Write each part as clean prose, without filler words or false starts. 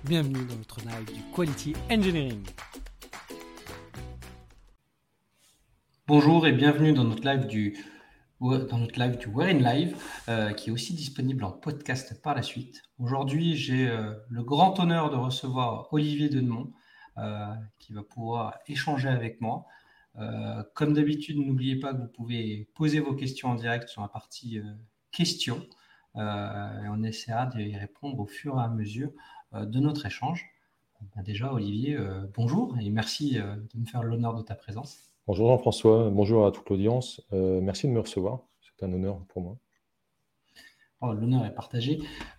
Bienvenue dans notre live du Quality Engineering. Bonjour et bienvenue dans notre live du Where in Live, qui est aussi disponible en podcast par la suite. Aujourd'hui, j'ai le grand honneur de recevoir Olivier Denemont, qui va pouvoir échanger avec moi. Comme d'habitude, n'oubliez pas que vous pouvez poser vos questions en direct sur la partie questions, et on essaiera d'y répondre au fur et à mesure de notre échange. Déjà, Olivier, bonjour et merci de me faire l'honneur de ta présence. Bonjour Jean-François, bonjour à toute l'audience. Merci de me recevoir, c'est un honneur pour moi. Oh, l'honneur est partagé.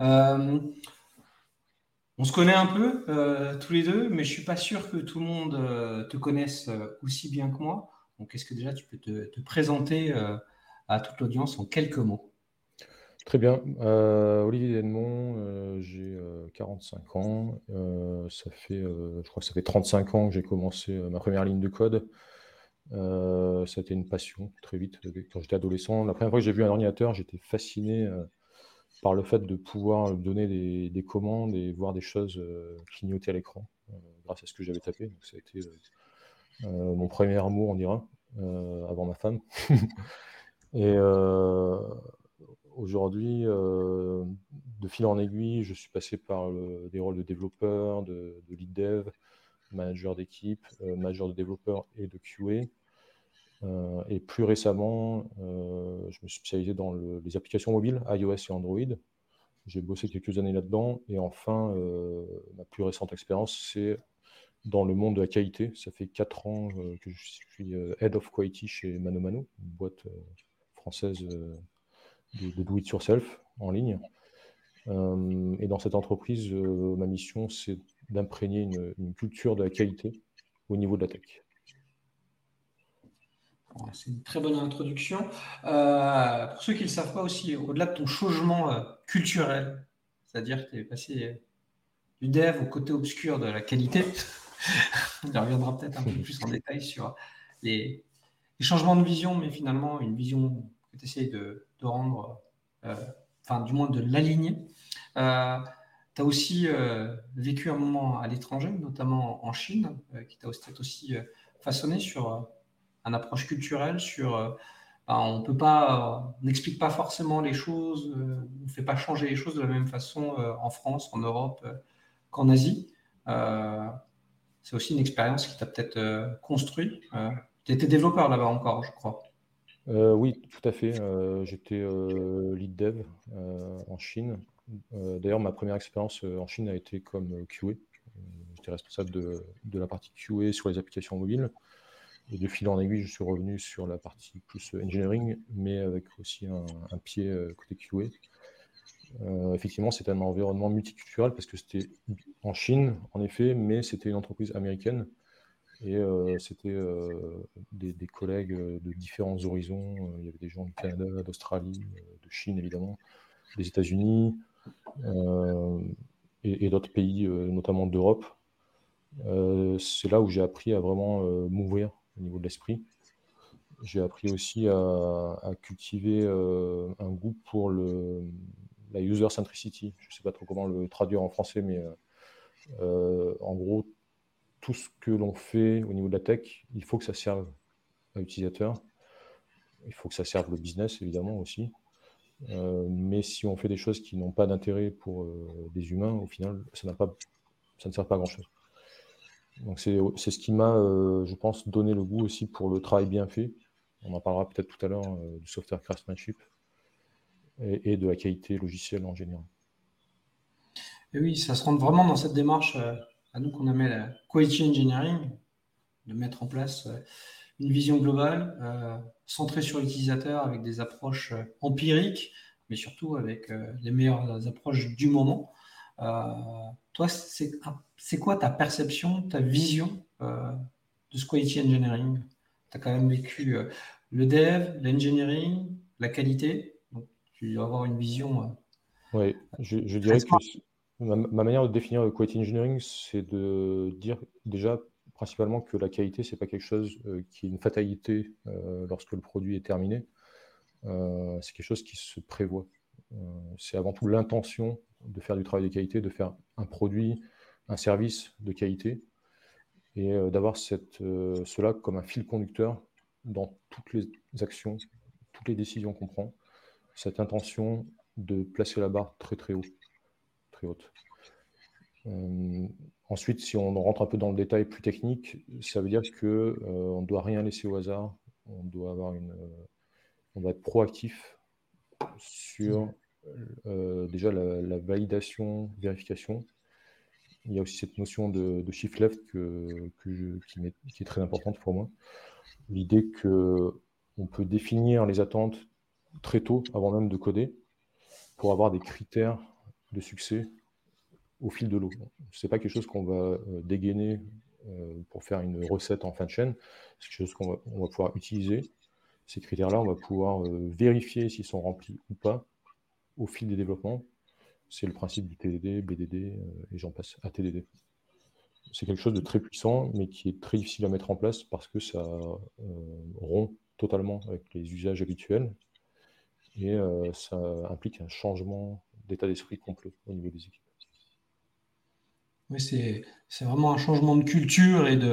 On se connaît un peu tous les deux, mais je suis pas sûr que tout le monde te connaisse aussi bien que moi. Donc, est-ce que déjà tu peux te présenter à toute l'audience en quelques mots? Très bien, Olivier Denemont, j'ai 45 ans. Je crois que ça fait 35 ans que j'ai commencé ma première ligne de code. Ça a été une passion très vite quand j'étais adolescent. La première fois que j'ai vu un ordinateur, j'étais fasciné par le fait de pouvoir donner des commandes et voir des choses clignoter à l'écran grâce à ce que j'avais tapé. Donc, ça a été mon premier amour, on dira, avant ma femme. Et aujourd'hui, de fil en aiguille, je suis passé par des rôles de développeur, de lead dev, manager d'équipe, manager de développeur et de QA. Et plus récemment, je me suis spécialisé dans les applications mobiles, iOS et Android. J'ai bossé quelques années là-dedans. Et enfin, ma plus récente expérience, c'est dans le monde de la qualité. Ça fait 4 ans que je suis Head of Quality chez ManoMano, une boîte française de do it yourself en ligne. Et dans cette entreprise, ma mission, c'est d'imprégner une culture de la qualité au niveau de la tech. C'est une très bonne introduction. Pour ceux qui ne le savent pas aussi, au-delà de ton changement culturel, c'est-à-dire que tu es passé du dev au côté obscur de la qualité, on y reviendra peut-être un peu plus en détail sur les changements de vision, mais finalement une vision que tu essayes de rendre, enfin du moins de l'aligner. Tu as aussi vécu un moment à l'étranger, notamment en Chine, qui t'a aussi façonné sur une approche culturelle, sur on n'explique pas forcément les choses, on ne fait pas changer les choses de la même façon en France, en Europe qu'en Asie. C'est aussi une expérience qui t'a peut-être construit. Tu étais développeur là-bas encore, je crois. Oui, tout à fait. J'étais lead dev en Chine. D'ailleurs, ma première expérience en Chine a été comme QA. J'étais responsable de la partie QA sur les applications mobiles. Et de fil en aiguille, je suis revenu sur la partie plus engineering, mais avec aussi un pied côté QA. Effectivement, c'était un environnement multiculturel parce que c'était en Chine, en effet, mais c'était une entreprise américaine. Et c'était des collègues de différents horizons. Il y avait des gens du Canada, d'Australie, de Chine évidemment, des États-Unis et d'autres pays, notamment d'Europe. C'est là où j'ai appris à vraiment m'ouvrir au niveau de l'esprit. J'ai appris aussi à cultiver un goût pour la user centricity. Je ne sais pas trop comment le traduire en français, mais en gros, tout ce que l'on fait au niveau de la tech, il faut que ça serve à l'utilisateur. Il faut que ça serve le business, évidemment, aussi. Mais si on fait des choses qui n'ont pas d'intérêt pour des humains, au final, ça ne sert pas à grand-chose. Donc c'est ce qui m'a, je pense, donné le goût aussi pour le travail bien fait. On en parlera peut-être tout à l'heure du software craftsmanship et de la qualité logicielle en général. Et oui, ça se rentre vraiment dans cette démarche à nous qu'on appelle la quality engineering, de mettre en place une vision globale, centrée sur l'utilisateur avec des approches empiriques, mais surtout avec les meilleures approches du moment. Toi, c'est quoi ta perception, ta vision de ce quality engineering? Tu as quand même vécu le dev, l'engineering, la qualité. Donc, tu dois avoir une vision Oui, je très dirais que simple. ma manière de définir le quality engineering, c'est de dire déjà principalement que la qualité, c'est pas quelque chose qui est une fatalité lorsque le produit est terminé. C'est quelque chose qui se prévoit. C'est avant tout l'intention de faire du travail de qualité, de faire un produit un service de qualité et d'avoir cela comme un fil conducteur dans toutes les actions, toutes les décisions qu'on prend, cette intention de placer la barre très très haut, très haute. Ensuite, si on rentre un peu dans le détail plus technique, ça veut dire qu'on ne doit rien laisser au hasard, on doit être proactif sur déjà la validation, vérification. Il y a aussi cette notion de shift left qui est très importante pour moi. L'idée qu'on peut définir les attentes très tôt, avant même de coder, pour avoir des critères de succès au fil de l'eau. Ce n'est pas quelque chose qu'on va dégainer pour faire une recette en fin de chaîne. C'est quelque chose qu'on va pouvoir utiliser. Ces critères-là, on va pouvoir vérifier s'ils sont remplis ou pas au fil des développements. C'est le principe du TDD, BDD et j'en passe, ATDD. C'est quelque chose de très puissant, mais qui est très difficile à mettre en place parce que ça rompt totalement avec les usages habituels et ça implique un changement d'état d'esprit complet au niveau des équipes. Oui, c'est vraiment un changement de culture et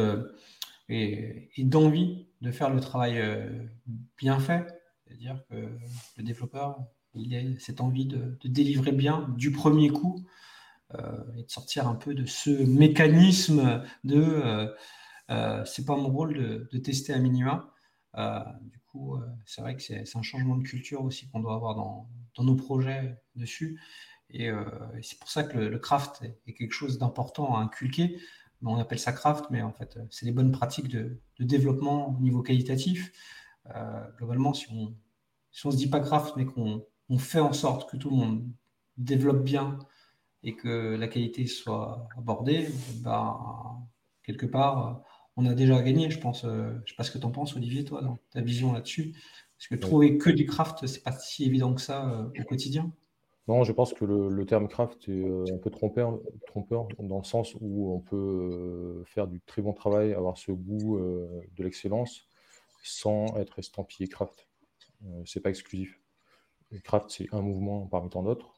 d'envie de faire le travail bien fait. C'est-à-dire que le développeur, il a cette envie de délivrer bien du premier coup et de sortir un peu de ce mécanisme de c'est pas mon rôle de tester à minima. Du coup, c'est vrai que c'est un changement de culture aussi qu'on doit avoir dans nos projets dessus. Et c'est pour ça que le craft est quelque chose d'important à inculquer. On appelle ça craft, mais en fait, c'est les bonnes pratiques de développement au niveau qualitatif. Globalement, si on se dit pas craft, mais qu'on fait en sorte que tout le monde développe bien et que la qualité soit abordée, ben, quelque part, on a déjà gagné, je pense. Je ne sais pas ce que tu en penses, Olivier, toi, dans ta vision là-dessus. Parce que trouver que du craft, c'est pas si évident que ça au quotidien. Non, je pense que le terme craft est un peu trompeur dans le sens où on peut faire du très bon travail, avoir ce goût de l'excellence sans être estampillé craft. C'est pas exclusif. Le craft, c'est un mouvement parmi tant d'autres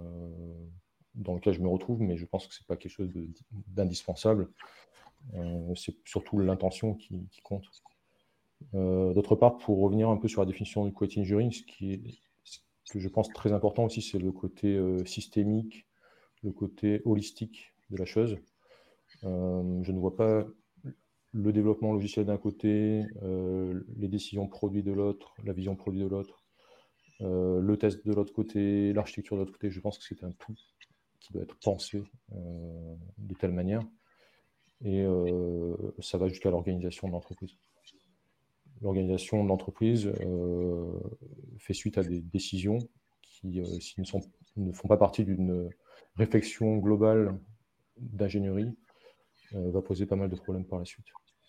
dans lequel je me retrouve, mais je pense que c'est pas quelque chose d'indispensable. C'est surtout l'intention qui compte. D'autre part, pour revenir un peu sur la définition du quality engineering, ce que je pense très important aussi, c'est le côté systémique, le côté holistique de la chose. Je ne vois pas le développement logiciel d'un côté, les décisions produits de l'autre, la vision produit de l'autre, le test de l'autre côté, l'architecture de l'autre côté. Je pense que c'est un tout qui doit être pensé de telle manière. Et ça va jusqu'à l'organisation de l'entreprise. L'organisation de l'entreprise fait suite à des décisions qui, s'ils ne font pas partie d'une réflexion globale d'ingénierie, va poser pas mal de problèmes par la suite.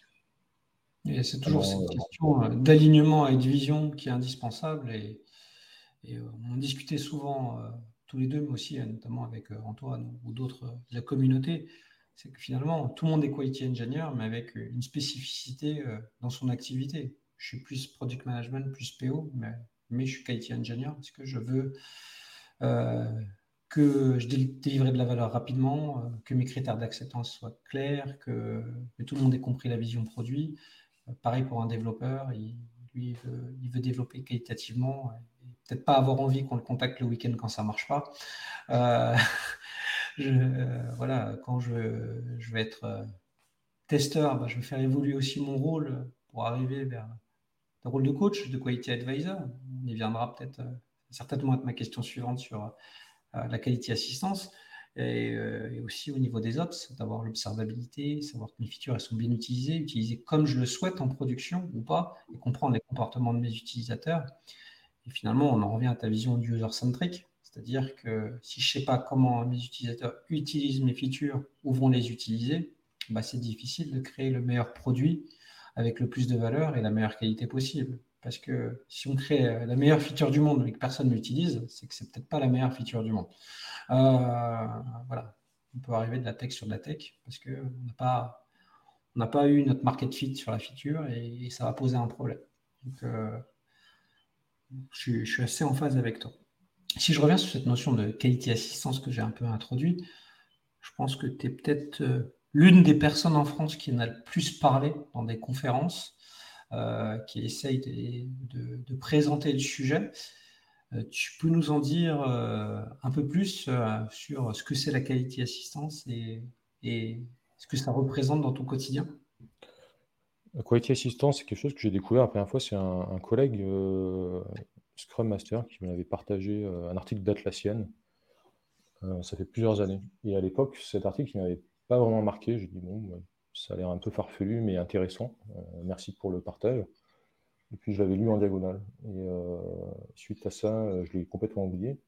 Et c'est toujours cette question d'alignement et de vision qui est indispensable. Et on en discutait souvent tous les deux, mais aussi notamment avec Antoine ou d'autres de la communauté. C'est que finalement, tout le monde est quality engineer, mais avec une spécificité dans son activité. Je suis plus product management, plus PO, mais je suis quality engineer parce que je veux que je délivre de la valeur rapidement, que mes critères d'acceptance soient clairs, que tout le monde ait compris la vision produit. Pareil pour un développeur, il veut développer qualitativement, et peut-être pas avoir envie qu'on le contacte le week-end quand ça ne marche pas. Voilà, quand je vais être testeur, je vais faire évoluer aussi mon rôle pour arriver vers le rôle de coach, de quality advisor. On y viendra peut-être certainement être ma question suivante sur la quality assistance. Et aussi au niveau des ops, d'avoir l'observabilité, savoir que mes features elles sont bien utilisées comme je le souhaite en production ou pas, et comprendre les comportements de mes utilisateurs. Et finalement, on en revient à ta vision du user-centric, c'est-à-dire que si je ne sais pas comment mes utilisateurs utilisent mes features ou vont les utiliser, c'est difficile de créer le meilleur produit avec le plus de valeur et la meilleure qualité possible. Parce que si on crée la meilleure feature du monde et que personne ne l'utilise, c'est que c'est peut-être pas la meilleure feature du monde. Voilà, on peut arriver de la tech sur de la tech parce qu'on n'a pas eu notre market fit sur la feature et ça va poser un problème. Donc, je suis assez en phase avec toi. Si je reviens sur cette notion de quality assistance que j'ai un peu introduit, Je pense que tu es peut-être l'une des personnes en France qui en a le plus parlé dans des conférences, qui essaye de présenter le sujet. Tu peux nous en dire un peu plus sur ce que c'est la quality assistance et ce que ça représente dans ton quotidien? La quality assistance, c'est quelque chose que j'ai découvert la première fois. C'est un collègue Scrum Master qui m'avait partagé un article d'Atlassian. Ça fait plusieurs années. Et à l'époque, cet article, il m'avait pas vraiment marqué. J'ai dit, bon, ouais, ça a l'air un peu farfelu, mais intéressant. Merci pour le partage. Et puis, je l'avais lu en diagonale. Et suite à ça, je l'ai complètement oublié.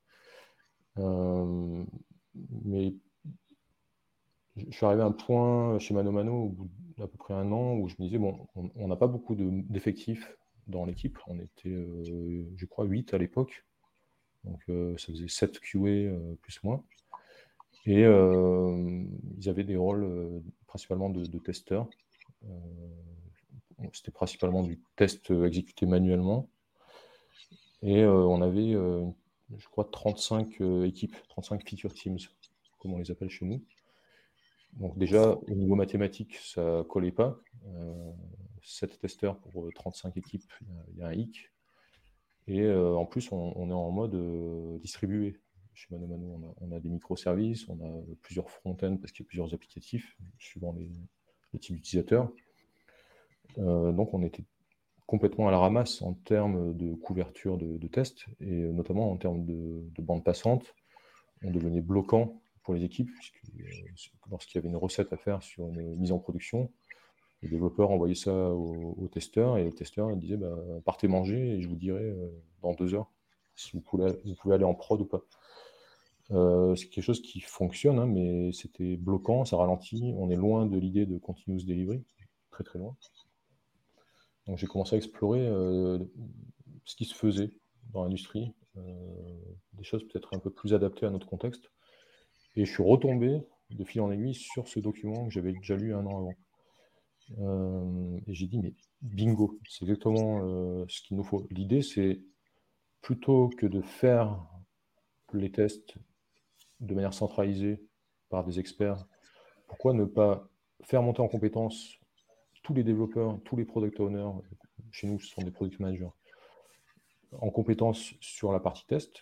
Mais je suis arrivé à un point chez Mano Mano, au bout d'à peu près un an, où je me disais, bon, on n'a pas beaucoup d'effectifs dans l'équipe. On était, je crois, 8 à l'époque. Donc, ça faisait 7 QA plus moi. Et ils avaient des rôles principalement de testeurs. C'était principalement du test exécuté manuellement. Et on avait, je crois, 35 équipes, 35 feature teams, comme on les appelle chez nous. Donc déjà, au niveau mathématique, ça ne collait pas. 7 testeurs pour 35 équipes, il y a un hic. Et en plus, on est en mode distribué. Chez Mano Mano, on a des microservices, on a plusieurs front-ends parce qu'il y a plusieurs applicatifs, suivant les types d'utilisateurs. Donc on était complètement à la ramasse en termes de couverture de tests, et notamment en termes de bande passante. On devenait bloquant pour les équipes, puisque lorsqu'il y avait une recette à faire sur une mise en production, les développeurs envoyaient ça aux testeurs, et les testeurs disaient bah, partez manger et je vous dirai dans 2 heures si vous pouvez aller en prod ou pas. C'est quelque chose qui fonctionne, hein, mais c'était bloquant, ça ralentit. On est loin de l'idée de continuous delivery, très très loin. Donc j'ai commencé à explorer ce qui se faisait dans l'industrie, des choses peut-être un peu plus adaptées à notre contexte. Et je suis retombé de fil en aiguille sur ce document que j'avais déjà lu un an avant. Et j'ai dit, mais bingo, c'est exactement ce qu'il nous faut. L'idée, c'est plutôt que de faire les tests de manière centralisée par des experts, pourquoi ne pas faire monter en compétence tous les développeurs, tous les product owners, chez nous ce sont des product managers, en compétence sur la partie test,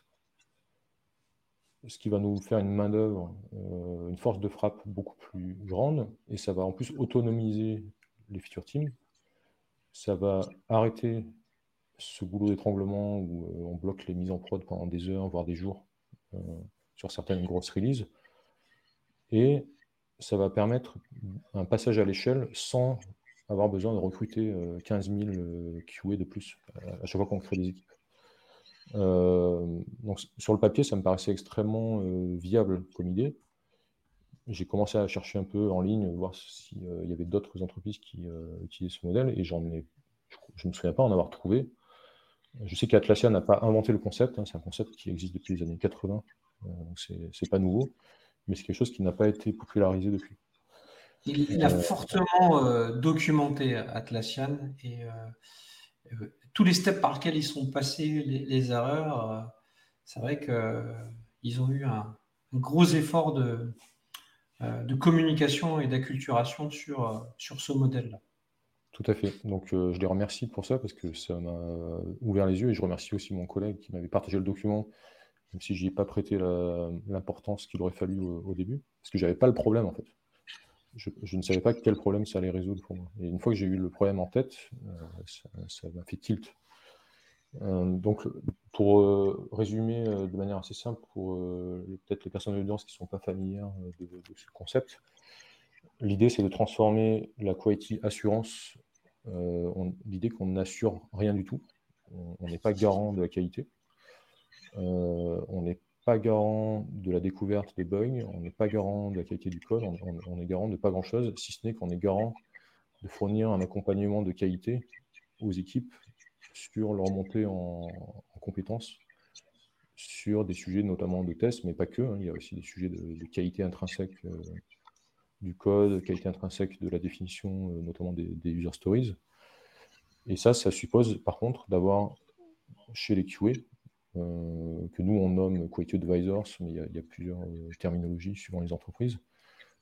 ce qui va nous faire une main-d'œuvre, une force de frappe beaucoup plus grande, et ça va en plus autonomiser les feature teams. Ça va arrêter ce boulot d'étranglement où on bloque les mises en prod pendant des heures, voire des jours, sur certaines grosses releases. Et ça va permettre un passage à l'échelle sans avoir besoin de recruter 15 000 QA de plus à chaque fois qu'on crée des équipes. Donc sur le papier, ça me paraissait extrêmement viable comme idée. J'ai commencé à chercher un peu en ligne, voir s'il y avait d'autres entreprises qui utilisaient ce modèle, et je ne me souviens pas en avoir trouvé. Je sais qu'Atlassian n'a pas inventé le concept, hein, c'est un concept qui existe depuis les années 80, donc c'est pas nouveau, mais c'est quelque chose qui n'a pas été popularisé depuis. Il a fortement documenté Atlassian, et tous les steps par lesquels ils sont passés, les erreurs, c'est vrai qu'ils ont eu un gros effort de communication et d'acculturation sur ce modèle-là. Tout à fait. Donc je les remercie pour ça parce que ça m'a ouvert les yeux, et je remercie aussi mon collègue qui m'avait partagé le document, même si je n'y ai pas prêté l'importance qu'il aurait fallu au début, parce que je n'avais pas le problème en fait. Je ne savais pas quel problème ça allait résoudre pour moi. Et une fois que j'ai eu le problème en tête, ça m'a fait tilt. Donc pour résumer de manière assez simple, pour peut-être les personnes de l'audience qui ne sont pas familières de ce concept, l'idée c'est de transformer la quality assurance, l'idée qu'on n'assure rien du tout. On n'est pas garant de la qualité. On n'est pas garant de la découverte des bugs, on n'est pas garant de la qualité du code, on est garant de pas grand-chose, si ce n'est qu'on est garant de fournir un accompagnement de qualité aux équipes sur leur montée en compétences, sur des sujets notamment de tests, mais pas que, hein, il y a aussi des sujets de qualité intrinsèque du code, qualité intrinsèque de la définition, notamment des user stories. Et ça suppose par contre d'avoir chez les QA, que nous on nomme Quality Advisors, mais il y a plusieurs terminologies suivant les entreprises,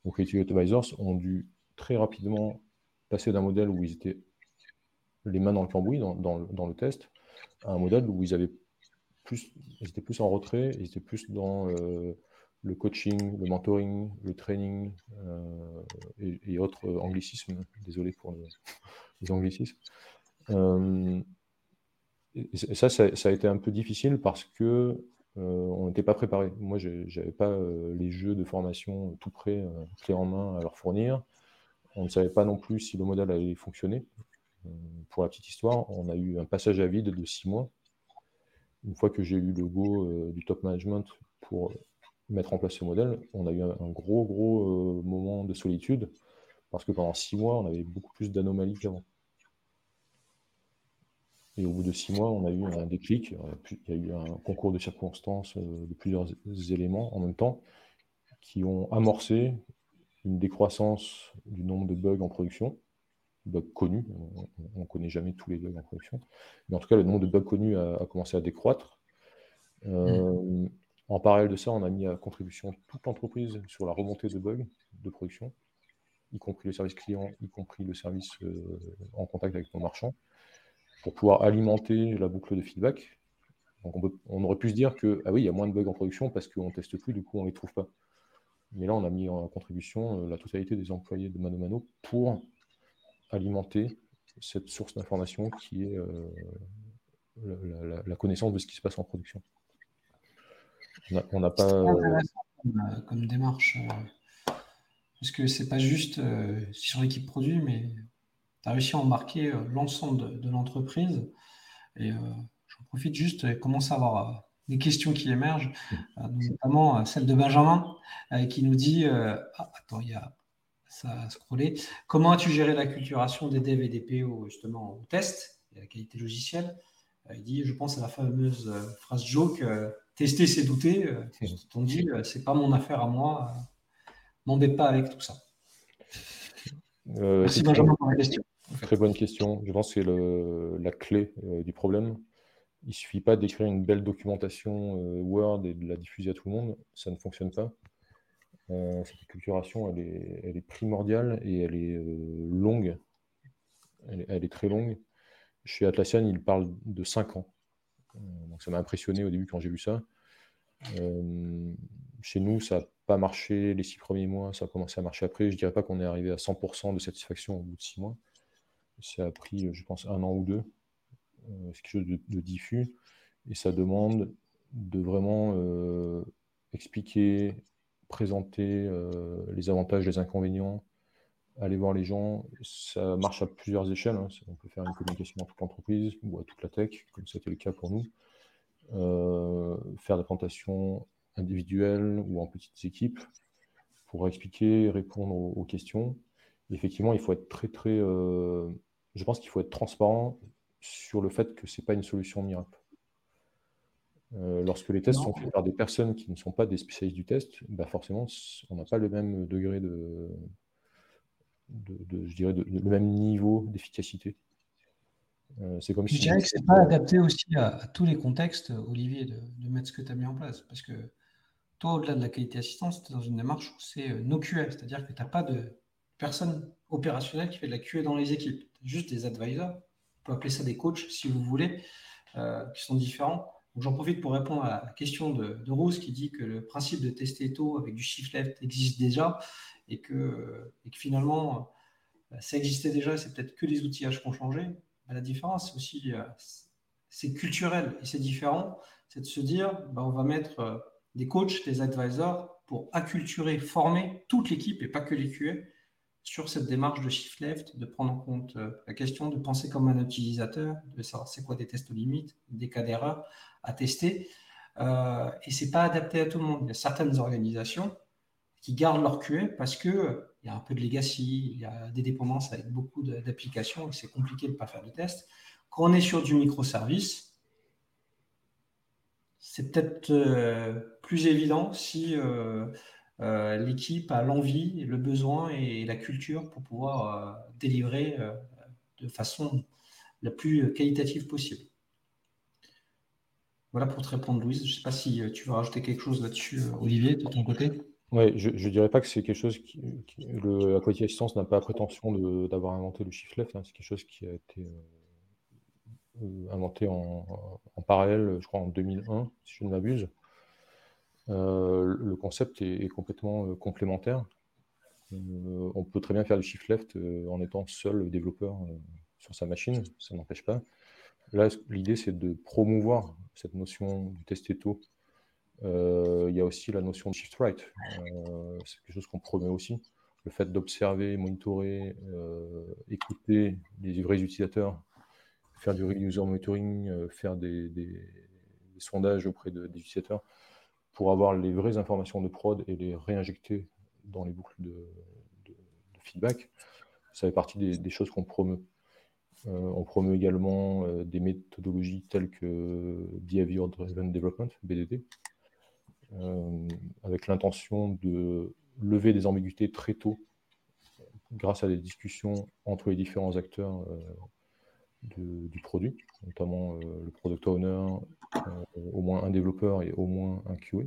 Donc les advisors ont dû très rapidement passer d'un modèle où ils étaient les mains dans le cambouis, dans le test, à un modèle où ils étaient plus en retrait, ils étaient plus dans le coaching, le mentoring, le training et autres anglicismes. Désolé pour les anglicismes. Et ça a été un peu difficile parce que on n'était pas préparé. Moi, j'avais pas les jeux de formation tout prêts, clés en main à leur fournir. On ne savait pas non plus si le modèle allait fonctionner. Pour la petite histoire, on a eu un passage à vide de 6 mois. Une fois que j'ai eu le go du top management pour mettre en place ce modèle, on a eu un gros moment de solitude parce que pendant 6 mois, on avait beaucoup plus d'anomalies qu'avant. Et au bout de 6 mois, on a eu un déclic. Il y a eu un concours de circonstances de plusieurs éléments en même temps qui ont amorcé une décroissance du nombre de bugs en production, bugs connus. On ne connaît jamais tous les bugs en production. Mais en tout cas, le nombre de bugs connus a commencé à décroître. En parallèle de ça, on a mis à contribution toute l'entreprise sur la remontée de bugs de production, y compris le service client, y compris le service en contact avec nos marchands, pour pouvoir alimenter la boucle de feedback. Donc on aurait pu se dire que ah oui, il y a moins de bugs en production parce qu'on ne teste plus, du coup on ne les trouve pas. Mais là, on a mis en contribution la totalité des employés de Mano Mano pour alimenter cette source d'information qui est la connaissance de ce qui se passe en production. On n'a pas. C'est intéressant comme démarche, parce que c'est pas juste sur l'équipe produit, mais tu as réussi à embarquer l'ensemble de l'entreprise. Et j'en profite juste et commence à avoir des questions qui émergent, notamment celle de Benjamin qui nous dit attends, ça a scrollé. Comment as-tu géré l'acculturation des devs et des PO justement au test et à la qualité logicielle? Il dit, je pense à la fameuse phrase joke, tester c'est douter. On dit, c'est pas mon affaire à moi, m'embête pas avec tout ça. Merci Benjamin pour la question. Très bonne question. Je pense que c'est la clé du problème. Il ne suffit pas d'écrire une belle documentation Word et de la diffuser à tout le monde. Ça ne fonctionne pas. Cette acculturation, elle est primordiale et elle est longue. Elle est très longue. Chez Atlassian, il parle de 5 ans. Donc ça m'a impressionné au début quand j'ai vu ça. Chez nous, ça n'a pas marché les 6 premiers mois, ça a commencé à marcher après. Je ne dirais pas qu'on est arrivé à 100% de satisfaction au bout de 6 mois. Ça a pris, je pense, 1 an ou 2. C'est quelque chose de diffus. Et ça demande de vraiment expliquer, présenter les avantages, les inconvénients, aller voir les gens. Ça marche à plusieurs échelles. Hein. On peut faire une communication à toute l'entreprise ou à toute la tech, comme c'était le cas pour nous. Faire des présentations individuelles ou en petites équipes pour expliquer, répondre aux questions. Et effectivement, il faut être très, je pense qu'il faut être transparent sur le fait que ce n'est pas une solution miracle. Lorsque les tests sont faits par des personnes qui ne sont pas des spécialistes du test, bah forcément, on n'a pas le même degré je dirais, le même niveau d'efficacité. C'est comme je dirais que ce n'est pas adapté aussi à tous les contextes, Olivier, de mettre ce que tu as mis en place. Parce que toi, au-delà de la qualité assistance, tu es dans une démarche où c'est no QA, c'est-à-dire que tu n'as pas de personne opérationnelle qui fait de la QA dans les équipes. Tu as juste des advisors, on peut appeler ça des coachs si vous voulez, qui sont différents. Donc, j'en profite pour répondre à la question de Rose qui dit que le principe de tester tôt avec du shift left existe déjà et que finalement, ça existait déjà, c'est peut-être que les outillages qui ont changé. La différence, c'est aussi, c'est culturel et c'est différent. C'est de se dire, on va mettre des coachs, des advisors pour acculturer, former toute l'équipe et pas que les QA sur cette démarche de shift left, de prendre en compte la question de penser comme un utilisateur, de savoir c'est quoi des tests limites, des cas d'erreur à tester. Et c'est pas adapté à tout le monde. Il y a certaines organisations qui gardent leur QA parce que il y a un peu de legacy, il y a des dépendances avec beaucoup d'applications et c'est compliqué de ne pas faire de tests. Quand on est sur du microservice, c'est peut-être plus évident si l'équipe a l'envie, le besoin et la culture pour pouvoir délivrer de façon la plus qualitative possible. Voilà pour te répondre, Louise. Je ne sais pas si tu veux rajouter quelque chose là-dessus, Olivier, de ton côté. Ouais, je ne dirais pas que c'est quelque chose la quality assistance n'a pas la prétention d'avoir inventé le shift left, hein. C'est quelque chose qui a été inventé en parallèle, je crois en 2001, si je ne m'abuse. Le concept est complètement complémentaire. On peut très bien faire du shift left en étant seul développeur sur sa machine, ça n'empêche pas. Là, l'idée, c'est de promouvoir cette notion du tester tôt. Il y a aussi la notion de shift right. C'est quelque chose qu'on promeut aussi. Le fait d'observer, monitorer, écouter les vrais utilisateurs, faire du real user monitoring, faire des sondages auprès des utilisateurs pour avoir les vraies informations de prod et les réinjecter dans les boucles de feedback. Ça fait partie des choses qu'on promeut. On promeut également des méthodologies telles que Behavior Driven Development, BDD, avec l'intention de lever des ambiguïtés très tôt grâce à des discussions entre les différents acteurs du produit, notamment le product owner, au moins un développeur et au moins un QA,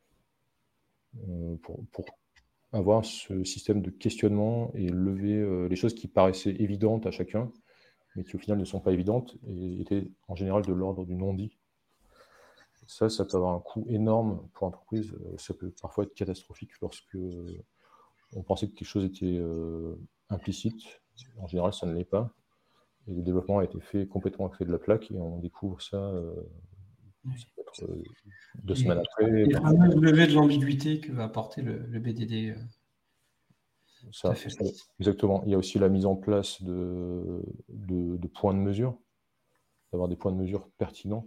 pour avoir ce système de questionnement et lever les choses qui paraissaient évidentes à chacun, mais qui au final ne sont pas évidentes et étaient en général de l'ordre du non-dit. Ça peut avoir un coût énorme pour l'entreprise. Ça peut parfois être catastrophique lorsque on pensait que quelque chose était implicite. En général, ça ne l'est pas. Et le développement a été fait complètement à côté de la plaque et on découvre ça, ça peut être 2 semaines après. Les fameuses levées de l'ambiguïté que va apporter le BDD. Ça, exactement. Il y a aussi la mise en place de points de mesure, d'avoir des points de mesure pertinents.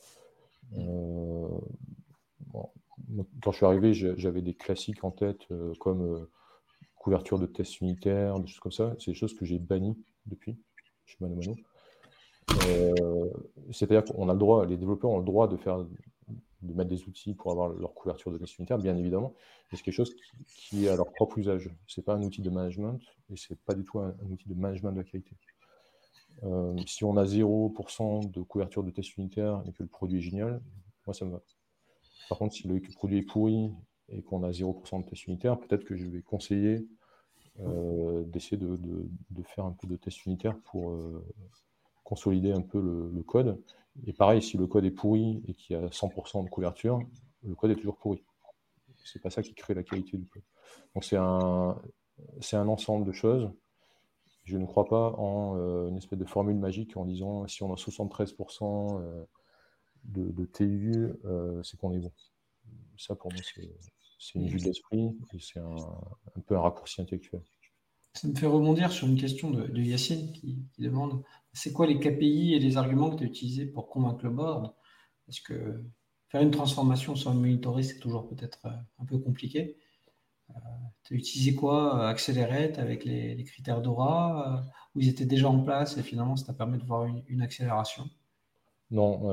Bon, quand je suis arrivé, j'avais des classiques en tête, comme couverture de tests unitaires, des choses comme ça. C'est des choses que j'ai bannies depuis chez ManoMano. C'est-à-dire qu'on a le droit, les développeurs ont le droit de mettre des outils pour avoir leur couverture de tests unitaires, bien évidemment, mais c'est quelque chose qui est à leur propre usage. Ce n'est pas un outil de management et ce n'est pas du tout un outil de management de la qualité. Si on a 0% de couverture de tests unitaires et que le produit est génial, moi ça me va. Par contre, si le produit est pourri et qu'on a 0% de tests unitaires, peut-être que je vais conseiller d'essayer de faire un peu de tests unitaires pour consolider un peu le code. Et pareil, si le code est pourri et qu'il y a 100% de couverture, le code est toujours pourri. C'est pas ça qui crée la qualité du code. Donc c'est un ensemble de choses. Je ne crois pas en une espèce de formule magique en disant si on a 73% de TU, c'est qu'on est bon. Ça, pour moi, c'est une vue de l'esprit et c'est un peu un raccourci intellectuel. Ça me fait rebondir sur une question de Yacine qui demande c'est quoi les KPI et les arguments que tu as utilisés pour convaincre le board? Parce que faire une transformation sans le monitorer, c'est toujours peut-être un peu compliqué. Tu as utilisé quoi? Accelerate avec les critères d'Aura où ils étaient déjà en place et finalement ça t'a permis de voir une accélération? Non,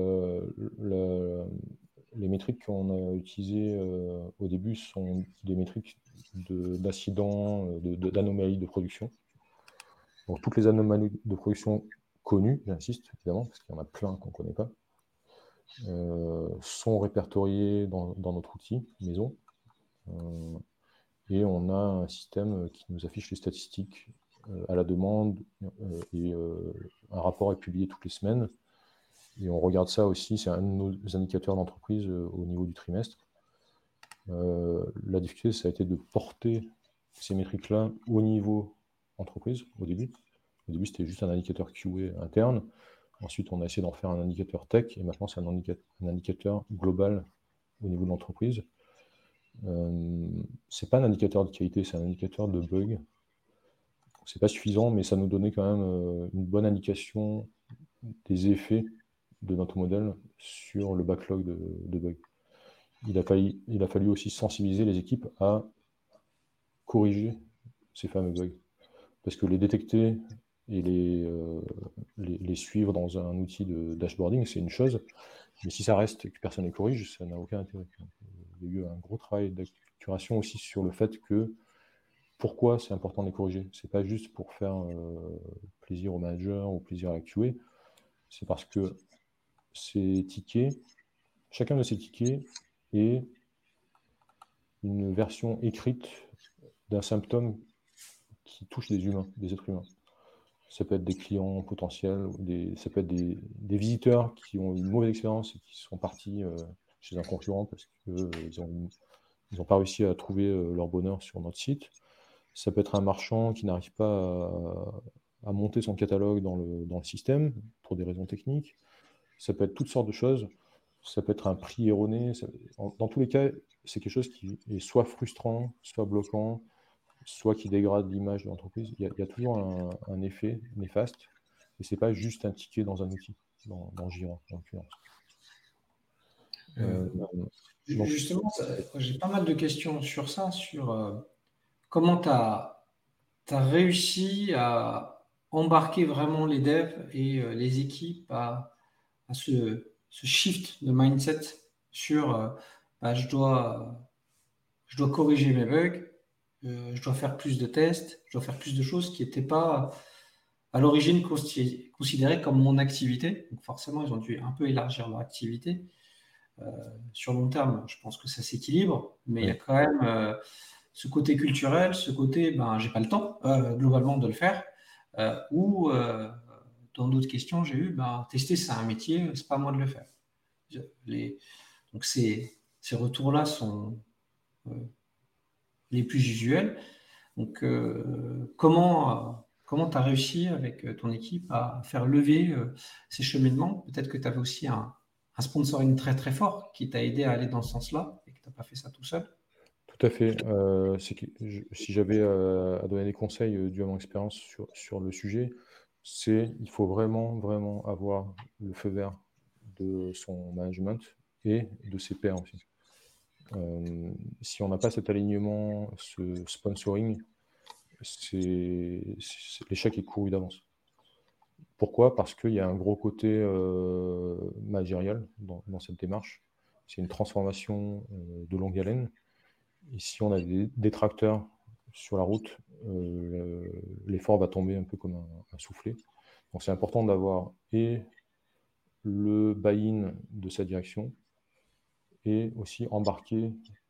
les métriques qu'on a utilisées au début sont des métriques d'accidents, d'anomalies de production. Donc toutes les anomalies de production connues, j'insiste évidemment, parce qu'il y en a plein qu'on ne connaît pas, sont répertoriées dans notre outil maison. Et on a un système qui nous affiche les statistiques à la demande et un rapport est publié toutes les semaines. Et on regarde ça aussi, c'est un de nos indicateurs d'entreprise au niveau du trimestre. La difficulté, ça a été de porter ces métriques-là au niveau entreprise au début. Au début, c'était juste un indicateur QA interne. Ensuite, on a essayé d'en faire un indicateur tech et maintenant, c'est un indicateur global au niveau de l'entreprise. C'est pas un indicateur de qualité, c'est un indicateur de bug. C'est pas suffisant, mais ça nous donnait quand même une bonne indication des effets de notre modèle sur le backlog de bugs. Il a fallu aussi sensibiliser les équipes à corriger ces fameux bugs. Parce que les détecter et les suivre dans un outil de dashboarding, c'est une chose, mais si ça reste et que personne ne les corrige, ça n'a aucun intérêt. Il y a eu un gros travail d'acculturation aussi sur le fait que pourquoi c'est important de les corriger. C'est pas juste pour faire plaisir au manager ou plaisir à la QA, c'est parce que ces tickets, chacun de ces tickets est une version écrite d'un symptôme qui touche des humains, des êtres humains. Ça peut être des clients potentiels, ça peut être des visiteurs qui ont eu une mauvaise expérience et qui sont partis chez un concurrent parce qu'ils n'ont pas réussi à trouver leur bonheur sur notre site. Ça peut être un marchand qui n'arrive pas à monter son catalogue dans le système pour des raisons techniques. Ça peut être toutes sortes de choses. Ça peut être un prix erroné. Dans tous les cas, c'est quelque chose qui est soit frustrant, soit bloquant, soit qui dégrade l'image de l'entreprise. Il y a toujours un effet néfaste, et ce n'est pas juste un ticket dans un outil, dans Jira, en l'occurrence. Donc, Justement, j'ai pas mal de questions sur ça, sur comment tu as réussi à embarquer vraiment les devs et les équipes à ce shift de mindset sur bah, je dois corriger mes bugs, je dois faire plus de tests, je dois faire plus de choses qui n'étaient pas à l'origine considérées comme mon activité. Donc forcément, ils ont dû un peu élargir leur activité. Sur long terme, je pense que ça s'équilibre, mais il y a quand même ce côté culturel, ce côté, ben, j'ai pas le temps globalement de le faire, ou dans d'autres questions, j'ai eu, ben, tester, c'est un métier, c'est pas à moi de le faire. Donc ces retours-là sont les plus usuels. Donc comment tu as réussi avec ton équipe à faire lever ces cheminements? Peut-être que tu avais aussi un sponsoring très très fort qui t'a aidé à aller dans ce sens-là et que tu n'as pas fait ça tout seul. tout à fait. Si j'avais à donner des conseils dû à mon expérience sur le sujet, il faut vraiment, vraiment avoir le feu vert de son management et de ses pairs aussi. Si on n'a pas cet alignement, ce sponsoring, l'échec est couru d'avance. Pourquoi? Parce qu'il y a un gros côté managérial dans cette démarche. C'est une transformation de longue haleine. Et si on a des détracteurs sur la route, l'effort va tomber un peu comme un soufflet. Donc c'est important d'avoir et le buy-in de sa direction et aussi embarquer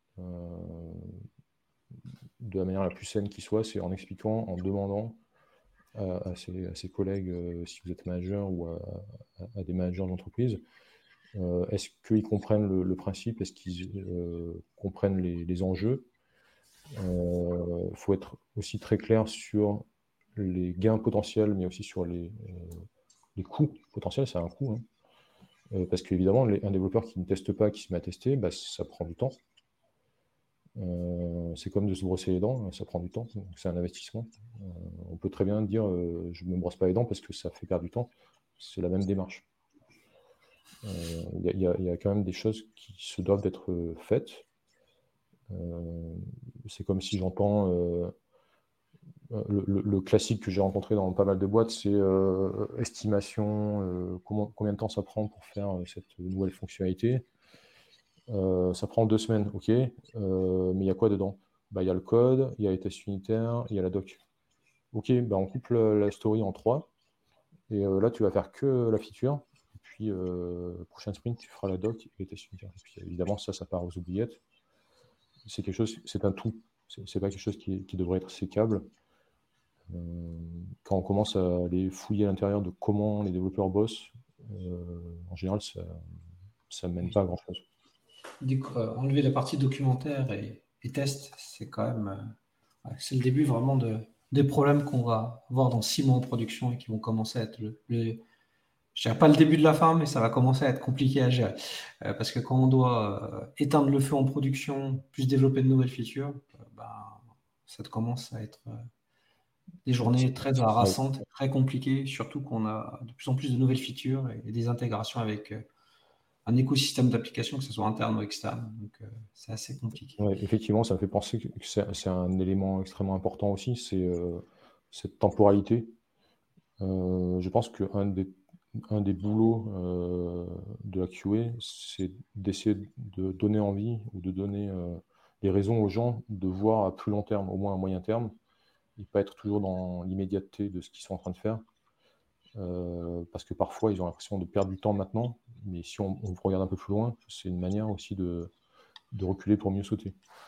de la manière la plus saine qui soit, c'est en expliquant, en demandant à ses collègues, si vous êtes manager ou à des managers d'entreprise, est-ce qu'ils comprennent le principe? Est-ce qu'ils comprennent les enjeux? Il faut être aussi très clair sur les gains potentiels, mais aussi sur les coûts potentiels. C'est un coût, hein. Parce qu'évidemment, un développeur qui ne teste pas, qui se met à tester, bah, ça prend du temps. C'est comme de se brosser les dents, ça prend du temps, c'est un investissement. On peut très bien dire je ne me brosse pas les dents parce que ça fait perdre du temps. C'est la même démarche. Il y a quand même des choses qui se doivent d'être faites. C'est comme si j'entends le classique que j'ai rencontré dans pas mal de boîtes, c'est estimation, combien de temps ça prend pour faire cette nouvelle fonctionnalité. Ça prend 2 semaines, ok, mais il y a quoi dedans? Bah, il y a le code, il y a les tests unitaires, il y a la doc. Ok, bah, on coupe la story en 3, et là tu vas faire que la feature, et puis prochain sprint tu feras la doc et les tests unitaires. Et puis évidemment ça part aux oubliettes. C'est quelque chose, c'est un tout, c'est pas quelque chose qui devrait être sécable. Quand on commence à aller fouiller à l'intérieur de comment les développeurs bossent, en général ça ne mène pas à grand chose. Enlever la partie documentaire et test, c'est quand même c'est le début vraiment des problèmes qu'on va voir dans 6 mois en production et qui vont commencer à être je dirais pas le début de la fin, mais ça va commencer à être compliqué à gérer. Parce que quand on doit éteindre le feu en production, plus développer de nouvelles features, bah, ça commence à être des journées très harassantes, très compliquées, surtout qu'on a de plus en plus de nouvelles features et des intégrations avec un écosystème d'applications, que ce soit interne ou externe. Donc, c'est assez compliqué. Ouais, effectivement, ça me fait penser que c'est un élément extrêmement important aussi, c'est cette temporalité. Je pense qu'un des boulots de la QA, c'est d'essayer de donner envie ou de donner des raisons aux gens de voir à plus long terme, au moins à moyen terme, et pas être toujours dans l'immédiateté de ce qu'ils sont en train de faire. Parce que parfois, ils ont l'impression de perdre du temps maintenant, mais si on regarde un peu plus loin, c'est une manière aussi de reculer pour mieux sauter.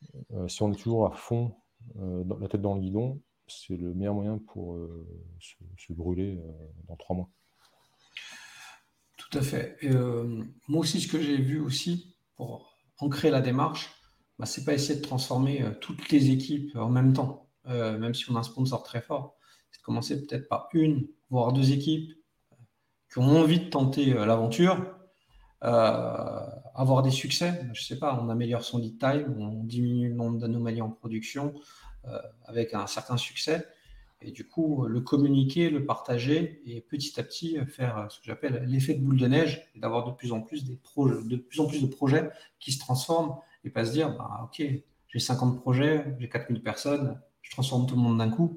Si on est toujours à fond, la tête dans le guidon, c'est le meilleur moyen pour se brûler dans 3 mois. Tout à fait. Et, moi aussi, ce que j'ai vu aussi pour ancrer la démarche, c'est pas essayer de transformer toutes les équipes en même temps, même si on a un sponsor très fort. C'est de commencer peut-être par une, voire deux équipes qui ont envie de tenter l'aventure, avoir des succès. Je sais pas, on améliore son lead time, on diminue le nombre d'anomalies en production avec un certain succès. Et du coup, le communiquer, le partager et petit à petit faire ce que j'appelle l'effet de boule de neige et d'avoir de plus en plus de projets qui se transforment et pas se dire, ok, j'ai 50 projets, j'ai 4000 personnes, je transforme tout le monde d'un coup.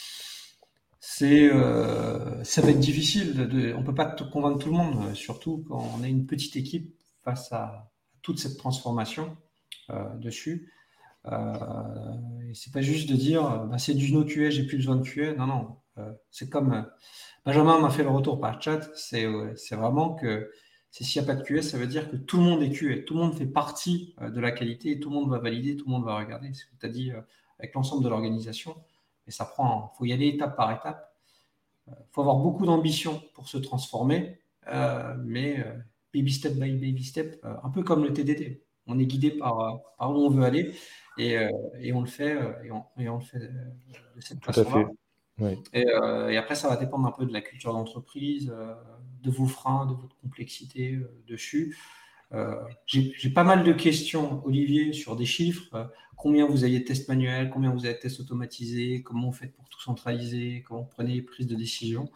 Ça va être difficile. On peut pas convaincre tout le monde, surtout quand on a une petite équipe face à toute cette transformation dessus. Et c'est pas juste de dire c'est du NoQA, j'ai plus besoin de QA. Non, non. C'est comme Benjamin m'a fait le retour par chat. C'est vraiment que s'il n'y a pas de QA, ça veut dire que tout le monde est QA. Tout le monde fait partie de la qualité et tout le monde va valider, tout le monde va regarder. C'est ce que tu as dit avec l'ensemble de l'organisation. Et ça prend, faut y aller étape par étape. Faut avoir beaucoup d'ambition pour se transformer, mais baby step by baby step, un peu comme le TDD. On est guidé par où on veut aller et on le fait, et on le fait de cette Tout à façon-là. fait. Oui. Et après, ça va dépendre un peu de la culture d'entreprise, de vos freins, de votre complexité dessus. J'ai pas mal de questions, Olivier, sur des chiffres. Combien vous avez de tests manuels, combien vous avez de tests automatisés, comment vous faites pour tout centraliser, comment vous prenez les prises de décision.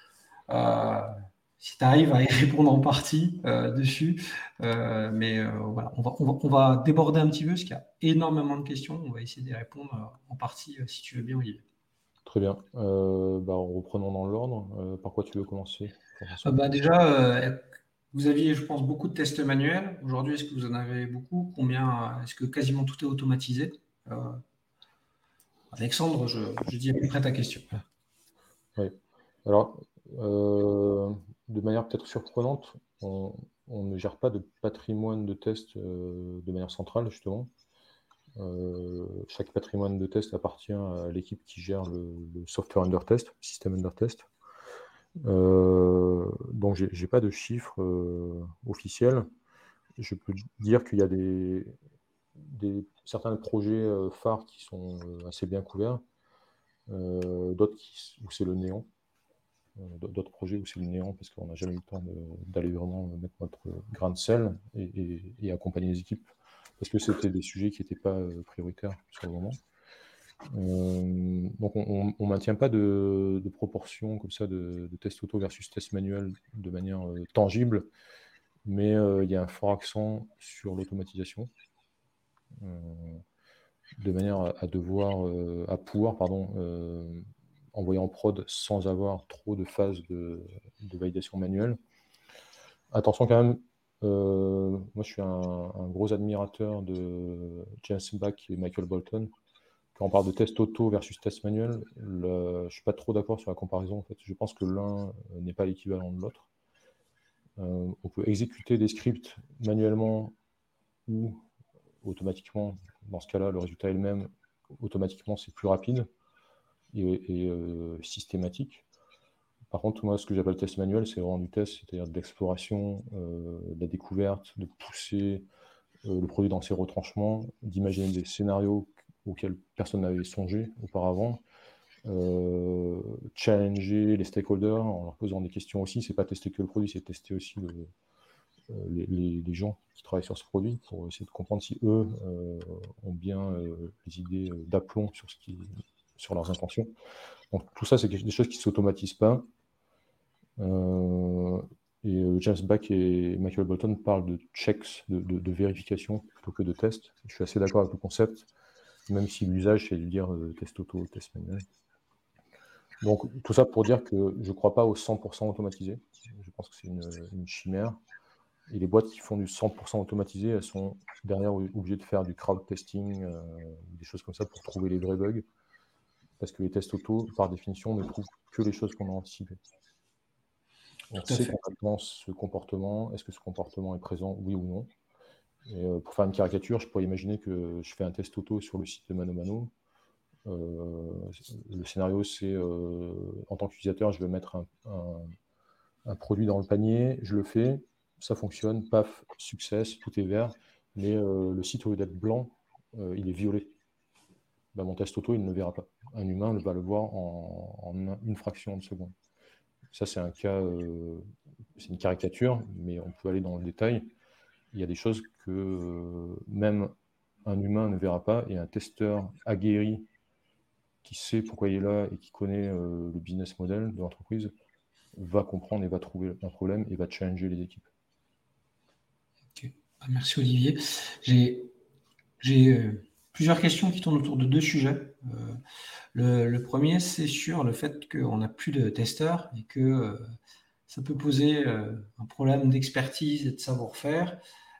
Si tu arrives à y répondre en partie dessus, mais voilà, on va déborder un petit peu parce qu'il y a énormément de questions. On va essayer d'y répondre en partie si tu veux bien, Olivier. Très bien. Reprenons dans l'ordre. Par quoi tu veux commencer? Déjà, vous aviez, je pense, beaucoup de tests manuels. Aujourd'hui, est-ce que vous en avez beaucoup? Combien? Est-ce que quasiment tout est automatisé? Alexandre, je dis à peu près ta question. Oui. Alors, de manière peut-être surprenante, on ne gère pas de patrimoine de tests de manière centrale, justement. Chaque patrimoine de test appartient à l'équipe qui gère le software under test, le système under test. Donc, j'ai pas de chiffres officiels. Je peux dire qu'il y a certains projets phares qui sont assez bien couverts, d'autres où c'est le néant. D'autres projets où c'est le néant parce qu'on n'a jamais eu le temps d'aller vraiment mettre notre grain de sel et accompagner les équipes parce que c'était des sujets qui n'étaient pas prioritaires sur le moment. Donc on ne maintient pas de proportion comme ça de test auto versus test manuel de manière tangible, mais il y a un fort accent sur l'automatisation de manière à pouvoir envoyer en prod sans avoir trop de phases de validation manuelle. Attention quand même, moi je suis un gros admirateur de James Bach et Michael Bolton. Quand on parle de test auto versus test manuel, je ne suis pas trop d'accord sur la comparaison. En fait. Je pense que l'un n'est pas l'équivalent de l'autre. On peut exécuter des scripts manuellement ou automatiquement. Dans ce cas-là, le résultat est le même. Automatiquement, c'est plus rapide et systématique. Par contre, moi, ce que j'appelle test manuel, c'est vraiment du test, c'est-à-dire de l'exploration, de la découverte, de pousser le produit dans ses retranchements, d'imaginer des scénarios auxquels personne n'avait songé auparavant, challenger les stakeholders en leur posant des questions aussi. C'est pas tester que le produit, c'est tester aussi les gens qui travaillent sur ce produit pour essayer de comprendre si eux ont bien les idées d'aplomb sur leurs intentions. Donc tout ça, c'est des choses qui ne s'automatisent pas. James Bach et Michael Bolton parlent de checks, de vérification plutôt que de tests. Je suis assez d'accord avec le concept, même si l'usage, c'est de dire test auto, test manuel. Donc tout ça pour dire que je ne crois pas au 100% automatisé. Je pense que c'est une chimère. Et les boîtes qui font du 100% automatisé, elles sont derrière obligées de faire du crowd testing, des choses comme ça pour trouver les vrais bugs. Parce que les tests auto, par définition, ne trouvent que les choses qu'on a anticipées. On sait concrètement ce comportement. Est-ce que ce comportement est présent, oui ou non? Et, pour faire une caricature, je pourrais imaginer que je fais un test auto sur le site de ManoMano. Le scénario, c'est en tant qu'utilisateur, je vais mettre un produit dans le panier, je le fais, ça fonctionne, paf, succès, tout est vert, mais le site, au lieu d'être blanc, il est violet. Ben, mon test auto, il ne le verra pas. Un humain va le voir en une fraction de seconde. Ça, c'est un cas, c'est une caricature, mais on peut aller dans le détail. Il y a des choses que même un humain ne verra pas, et un testeur aguerri qui sait pourquoi il est là et qui connaît le business model de l'entreprise va comprendre et va trouver un problème et va challenger les équipes. Okay. Merci Olivier. J'ai plusieurs questions qui tournent autour de deux sujets. Le premier, c'est sur le fait qu'on n'a plus de testeurs et que ça peut poser un problème d'expertise et de savoir-faire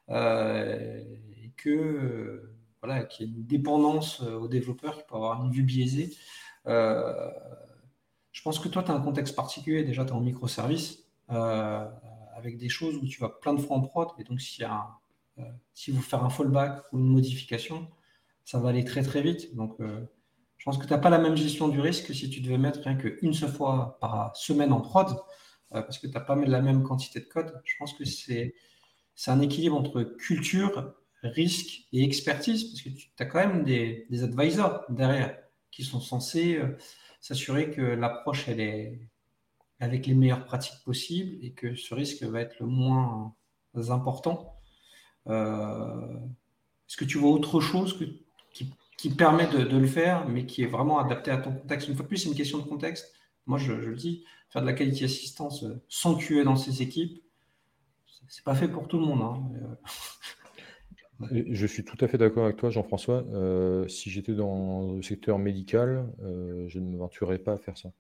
et que voilà, qu'il y a une dépendance aux développeurs qui peut avoir une vue biaisée. Je pense que toi, tu as un contexte particulier. Déjà, tu es en microservice avec des choses où tu vas plein de fois en prod. Et donc, si vous faites un fallback ou une modification, ça va aller très très vite. Donc, je pense que tu n'as pas la même gestion du risque que si tu devais mettre rien qu'une seule fois par semaine en prod, parce que tu n'as pas la même quantité de code. Je pense que c'est un équilibre entre culture, risque et expertise, parce que tu as quand même des advisors derrière qui sont censés s'assurer que l'approche elle est avec les meilleures pratiques possibles et que ce risque va être le moins important. Est-ce que tu vois autre chose qui permet de le faire, mais qui est vraiment adapté à ton contexte? Une fois de plus, c'est une question de contexte. Moi, je le dis, faire de la quality assistance sans QA dans ses équipes, c'est pas fait pour tout le monde. Et je suis tout à fait d'accord avec toi, Jean-François. Si j'étais dans le secteur médical, je ne m'aventurerais pas à faire ça.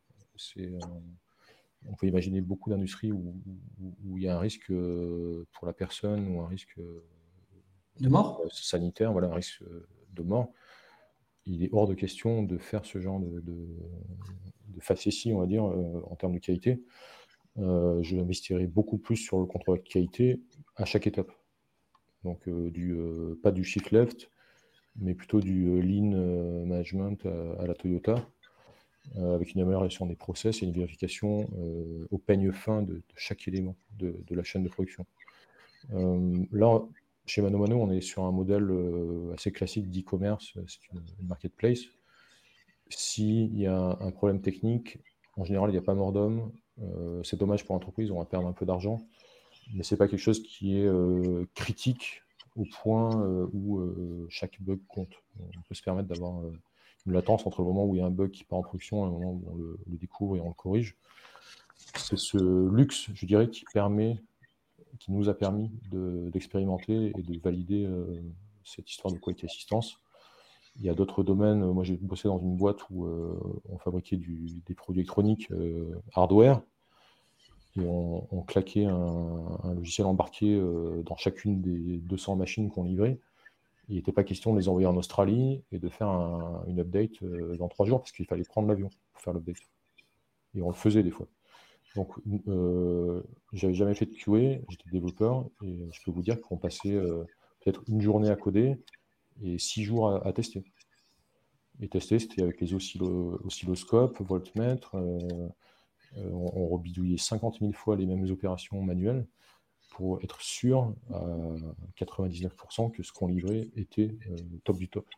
On peut imaginer beaucoup d'industries où il y a un risque pour la personne ou un risque De mort? sanitaire, voilà, un risque de mort. Il est hors de question de faire ce genre de facétie, on va dire, en termes de qualité. Je investirai beaucoup plus sur le contrôle de qualité à chaque étape. Donc, pas du shift left, mais plutôt du lean management à la Toyota, avec une amélioration des process et une vérification au peigne fin de chaque élément de la chaîne de production. Là, chez ManoMano, on est sur un modèle assez classique d'e-commerce, c'est une marketplace. S'il y a un problème technique, en général, il n'y a pas mort d'homme. C'est dommage pour l'entreprise, on va perdre un peu d'argent, mais ce n'est pas quelque chose qui est critique au point où chaque bug compte. On peut se permettre d'avoir une latence entre le moment où il y a un bug qui part en production et le moment où on le découvre et on le corrige. C'est ce luxe, je dirais, qui nous a permis d'expérimenter et de valider cette histoire de quality assistance. Il y a d'autres domaines. Moi, j'ai bossé dans une boîte où on fabriquait des produits électroniques hardware, et on claquait un logiciel embarqué dans chacune des 200 machines qu'on livrait. Il n'était pas question de les envoyer en Australie et de faire une update dans 3 jours, parce qu'il fallait prendre l'avion pour faire l'update. Et on le faisait des fois. Donc, j'avais jamais fait de QA, j'étais développeur, et je peux vous dire qu'on passait peut-être une journée à coder et 6 jours à tester. Et tester, c'était avec les oscilloscopes, voltmètres. On rebidouillait 50 000 fois les mêmes opérations manuelles pour être sûr à 99% que ce qu'on livrait était top du top.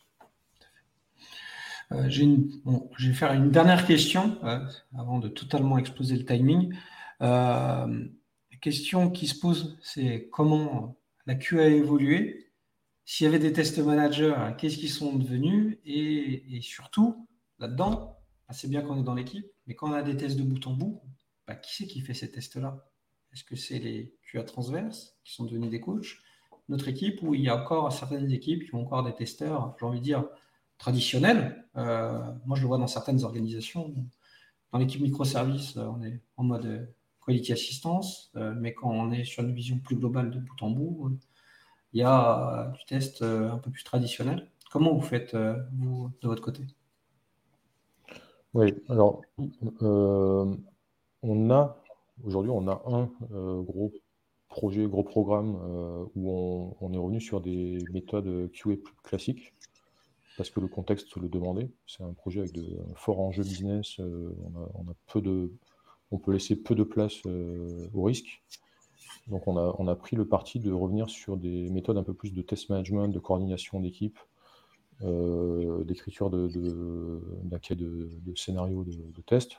Je vais faire une dernière question avant de totalement exploser le timing. La question qui se pose, c'est comment la QA a évolué. S'il y avait des test managers, qu'est-ce qu'ils sont devenus? Et surtout, là-dedans, c'est bien qu'on est dans l'équipe, mais quand on a des tests de bout en bout, qui c'est qui fait ces tests-là? Est-ce que c'est les QA transverses qui sont devenus des coachs? Notre équipe, où il y a encore certaines équipes qui ont encore des testeurs, j'ai envie de dire, traditionnels. Moi, je le vois dans certaines organisations. Dans l'équipe microservice, on est en mode quality assistance, mais quand on est sur une vision plus globale de bout en bout, il y a du test un peu plus traditionnel. Comment vous faites, vous, de votre côté? Oui, alors, aujourd'hui, on a un gros projet, gros programme, où on est revenu sur des méthodes QA plus classiques, parce que le contexte le demandait. C'est un projet avec un fort enjeu business, on peut laisser peu de place au risque. Donc on a pris le parti de revenir sur des méthodes un peu plus de test management, de coordination d'équipe, d'écriture d'un quai de scénario de test,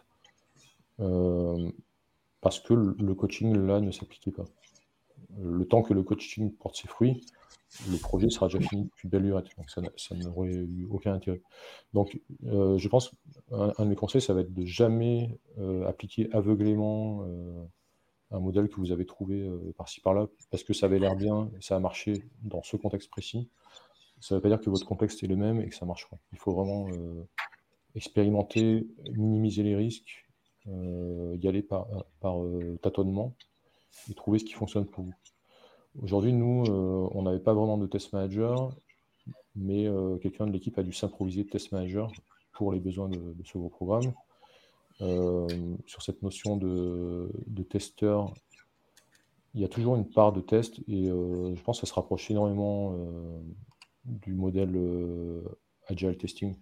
parce que le coaching là ne s'appliquait pas. Le temps que le coaching porte ses fruits, le projet sera déjà fini depuis belle lurette, donc ça n'aurait eu aucun intérêt. Donc je pense un de mes conseils, ça va être de jamais appliquer aveuglément un modèle que vous avez trouvé par-ci par-là, parce que ça avait l'air bien, ça a marché dans ce contexte précis. Ça ne veut pas dire que votre contexte est le même et que ça marchera. Il faut vraiment expérimenter, minimiser les risques, y aller par tâtonnement et trouver ce qui fonctionne pour vous. Aujourd'hui, nous, on n'avait pas vraiment de test manager, mais quelqu'un de l'équipe a dû s'improviser de test manager pour les besoins de ce gros programme. Sur cette notion de testeur, il y a toujours une part de test et je pense que ça se rapproche énormément du modèle Agile Testing,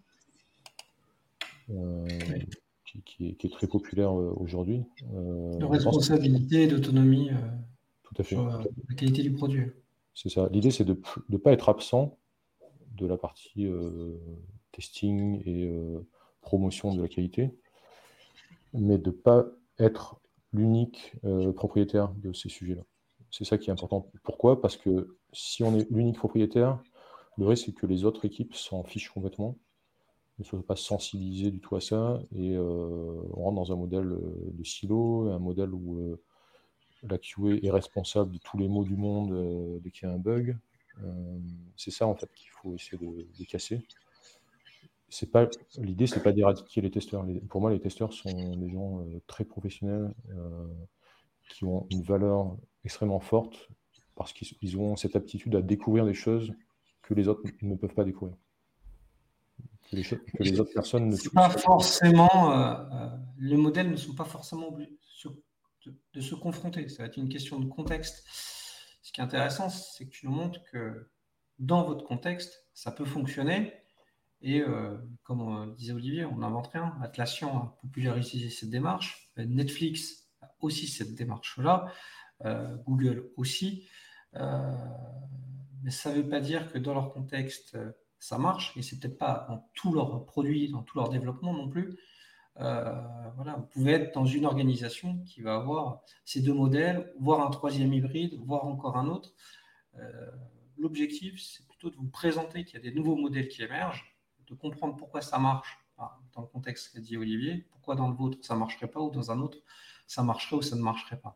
qui est très populaire aujourd'hui. De responsabilité et d'autonomie Tout à fait. sur la qualité du produit. C'est ça. L'idée, c'est de ne pas être absent de la partie testing et promotion de la qualité, mais de ne pas être l'unique propriétaire de ces sujets-là. C'est ça qui est important. Pourquoi ? Parce que si on est l'unique propriétaire, le risque, c'est que les autres équipes s'en fichent complètement, ne soient pas sensibilisées du tout à ça, et on rentre dans un modèle de silo, un modèle où la QA est responsable de tous les maux du monde dès qu'il y a un bug. C'est ça, en fait, qu'il faut essayer de casser. L'idée, c'est pas d'éradiquer les testeurs. Pour moi, les testeurs sont des gens très professionnels qui ont une valeur extrêmement forte parce qu'ils ont cette aptitude à découvrir des choses que les autres ne peuvent pas découvrir. Que les autres personnes ne pas forcément, les modèles ne sont pas forcément obligés de se confronter. Ça va être une question de contexte. Ce qui est intéressant, c'est que tu nous montres que dans votre contexte, ça peut fonctionner. Et comme disait Olivier, on n'invente rien. Atlassian a popularisé cette démarche. Netflix a aussi cette démarche-là. Google aussi. Mais ça ne veut pas dire que dans leur contexte, ça marche. Et c'est peut-être pas dans tous leurs produits, dans tout leur développement non plus. Voilà, vous pouvez être dans une organisation qui va avoir ces deux modèles, voire un troisième hybride, voire encore un autre. L'objectif, c'est plutôt de vous présenter qu'il y a des nouveaux modèles qui émergent, de comprendre pourquoi ça marche dans le contexte qu'a dit Olivier, pourquoi dans le vôtre ça ne marcherait pas ou dans un autre ça marcherait ou ça ne marcherait pas.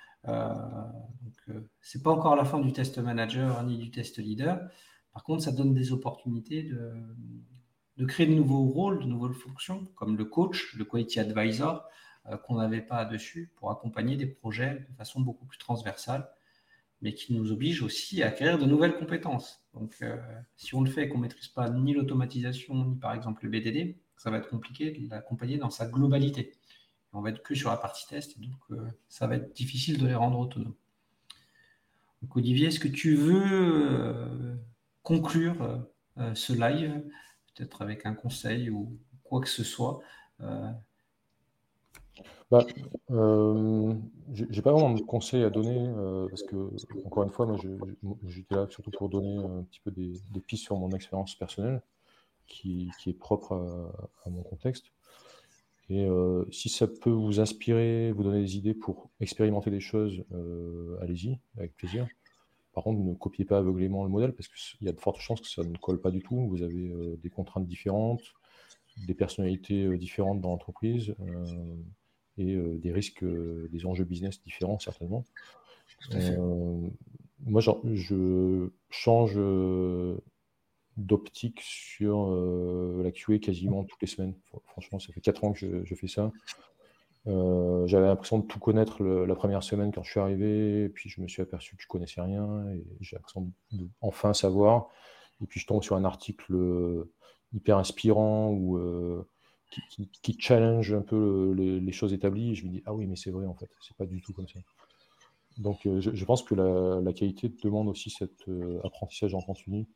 C'est pas encore la fin du test manager ni du test leader. Par contre, ça donne des opportunités de créer de nouveaux rôles, de nouvelles fonctions, comme le coach, le quality advisor, qu'on n'avait pas dessus, pour accompagner des projets de façon beaucoup plus transversale, mais qui nous oblige aussi à acquérir de nouvelles compétences. Donc, si on le fait et qu'on ne maîtrise pas ni l'automatisation, ni par exemple le BDD, ça va être compliqué de l'accompagner dans sa globalité. On va être que sur la partie test, et donc ça va être difficile de les rendre autonomes. Donc, Olivier, est-ce que tu veux conclure ce live, peut-être avec un conseil ou quoi que ce soit j'ai pas vraiment de conseils à donner parce que, encore une fois, moi, j'étais là surtout pour donner un petit peu des pistes sur mon expérience personnelle qui est propre à mon contexte. Et si ça peut vous inspirer, vous donner des idées pour expérimenter des choses, allez-y, avec plaisir. Par contre, ne copiez pas aveuglément le modèle parce qu'il y a de fortes chances que ça ne colle pas du tout. Vous avez des contraintes différentes, des personnalités différentes dans l'entreprise et des risques, des enjeux business différents certainement. Moi, je change d'optique sur la QA quasiment toutes les semaines. Franchement, ça fait 4 ans que je fais ça. J'avais l'impression de tout connaître la première semaine quand je suis arrivé, et puis je me suis aperçu que je connaissais rien, et j'ai l'impression de enfin savoir. Et puis je tombe sur un article hyper inspirant ou qui challenge un peu les choses établies, et je me dis ah oui mais c'est vrai en fait, c'est pas du tout comme ça. Donc, je pense que la qualité demande aussi cet apprentissage en continu.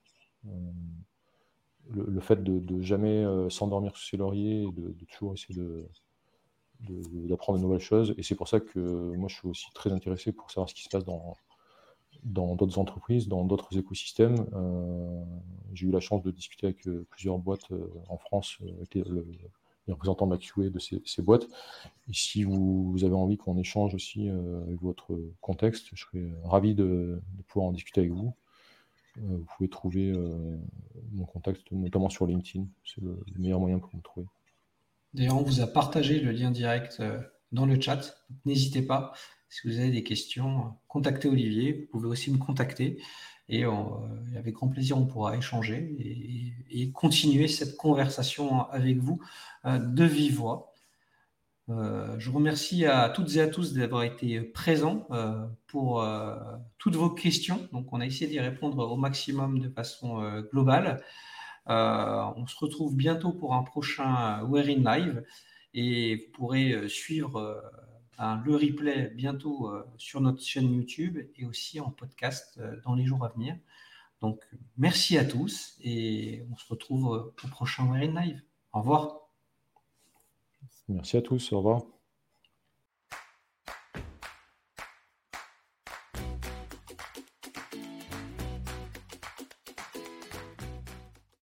Le fait de jamais s'endormir sous ses lauriers et de toujours essayer d'apprendre de nouvelles choses. Et c'est pour ça que moi, je suis aussi très intéressé pour savoir ce qui se passe dans d'autres entreprises, dans d'autres écosystèmes. J'ai eu la chance de discuter avec plusieurs boîtes en France, avec les représentants de la QA de ces boîtes. Et si vous avez envie qu'on échange aussi avec votre contexte, je serais ravi de pouvoir en discuter avec vous. Vous pouvez trouver mon contact notamment sur LinkedIn. C'est le meilleur moyen pour me trouver. D'ailleurs, on vous a partagé le lien direct dans le chat. Donc, n'hésitez pas, si vous avez des questions, contactez Olivier. Vous pouvez aussi me contacter. Et avec grand plaisir, on pourra échanger et continuer cette conversation avec vous de vive voix. Je remercie à toutes et à tous d'avoir été présents pour toutes vos questions. Donc, on a essayé d'y répondre au maximum de façon globale. On se retrouve bientôt pour un prochain We're in Live et vous pourrez suivre le replay bientôt sur notre chaîne YouTube et aussi en podcast dans les jours à venir. Donc, merci à tous et on se retrouve au prochain We're in Live. Au revoir. Merci à tous. Au revoir.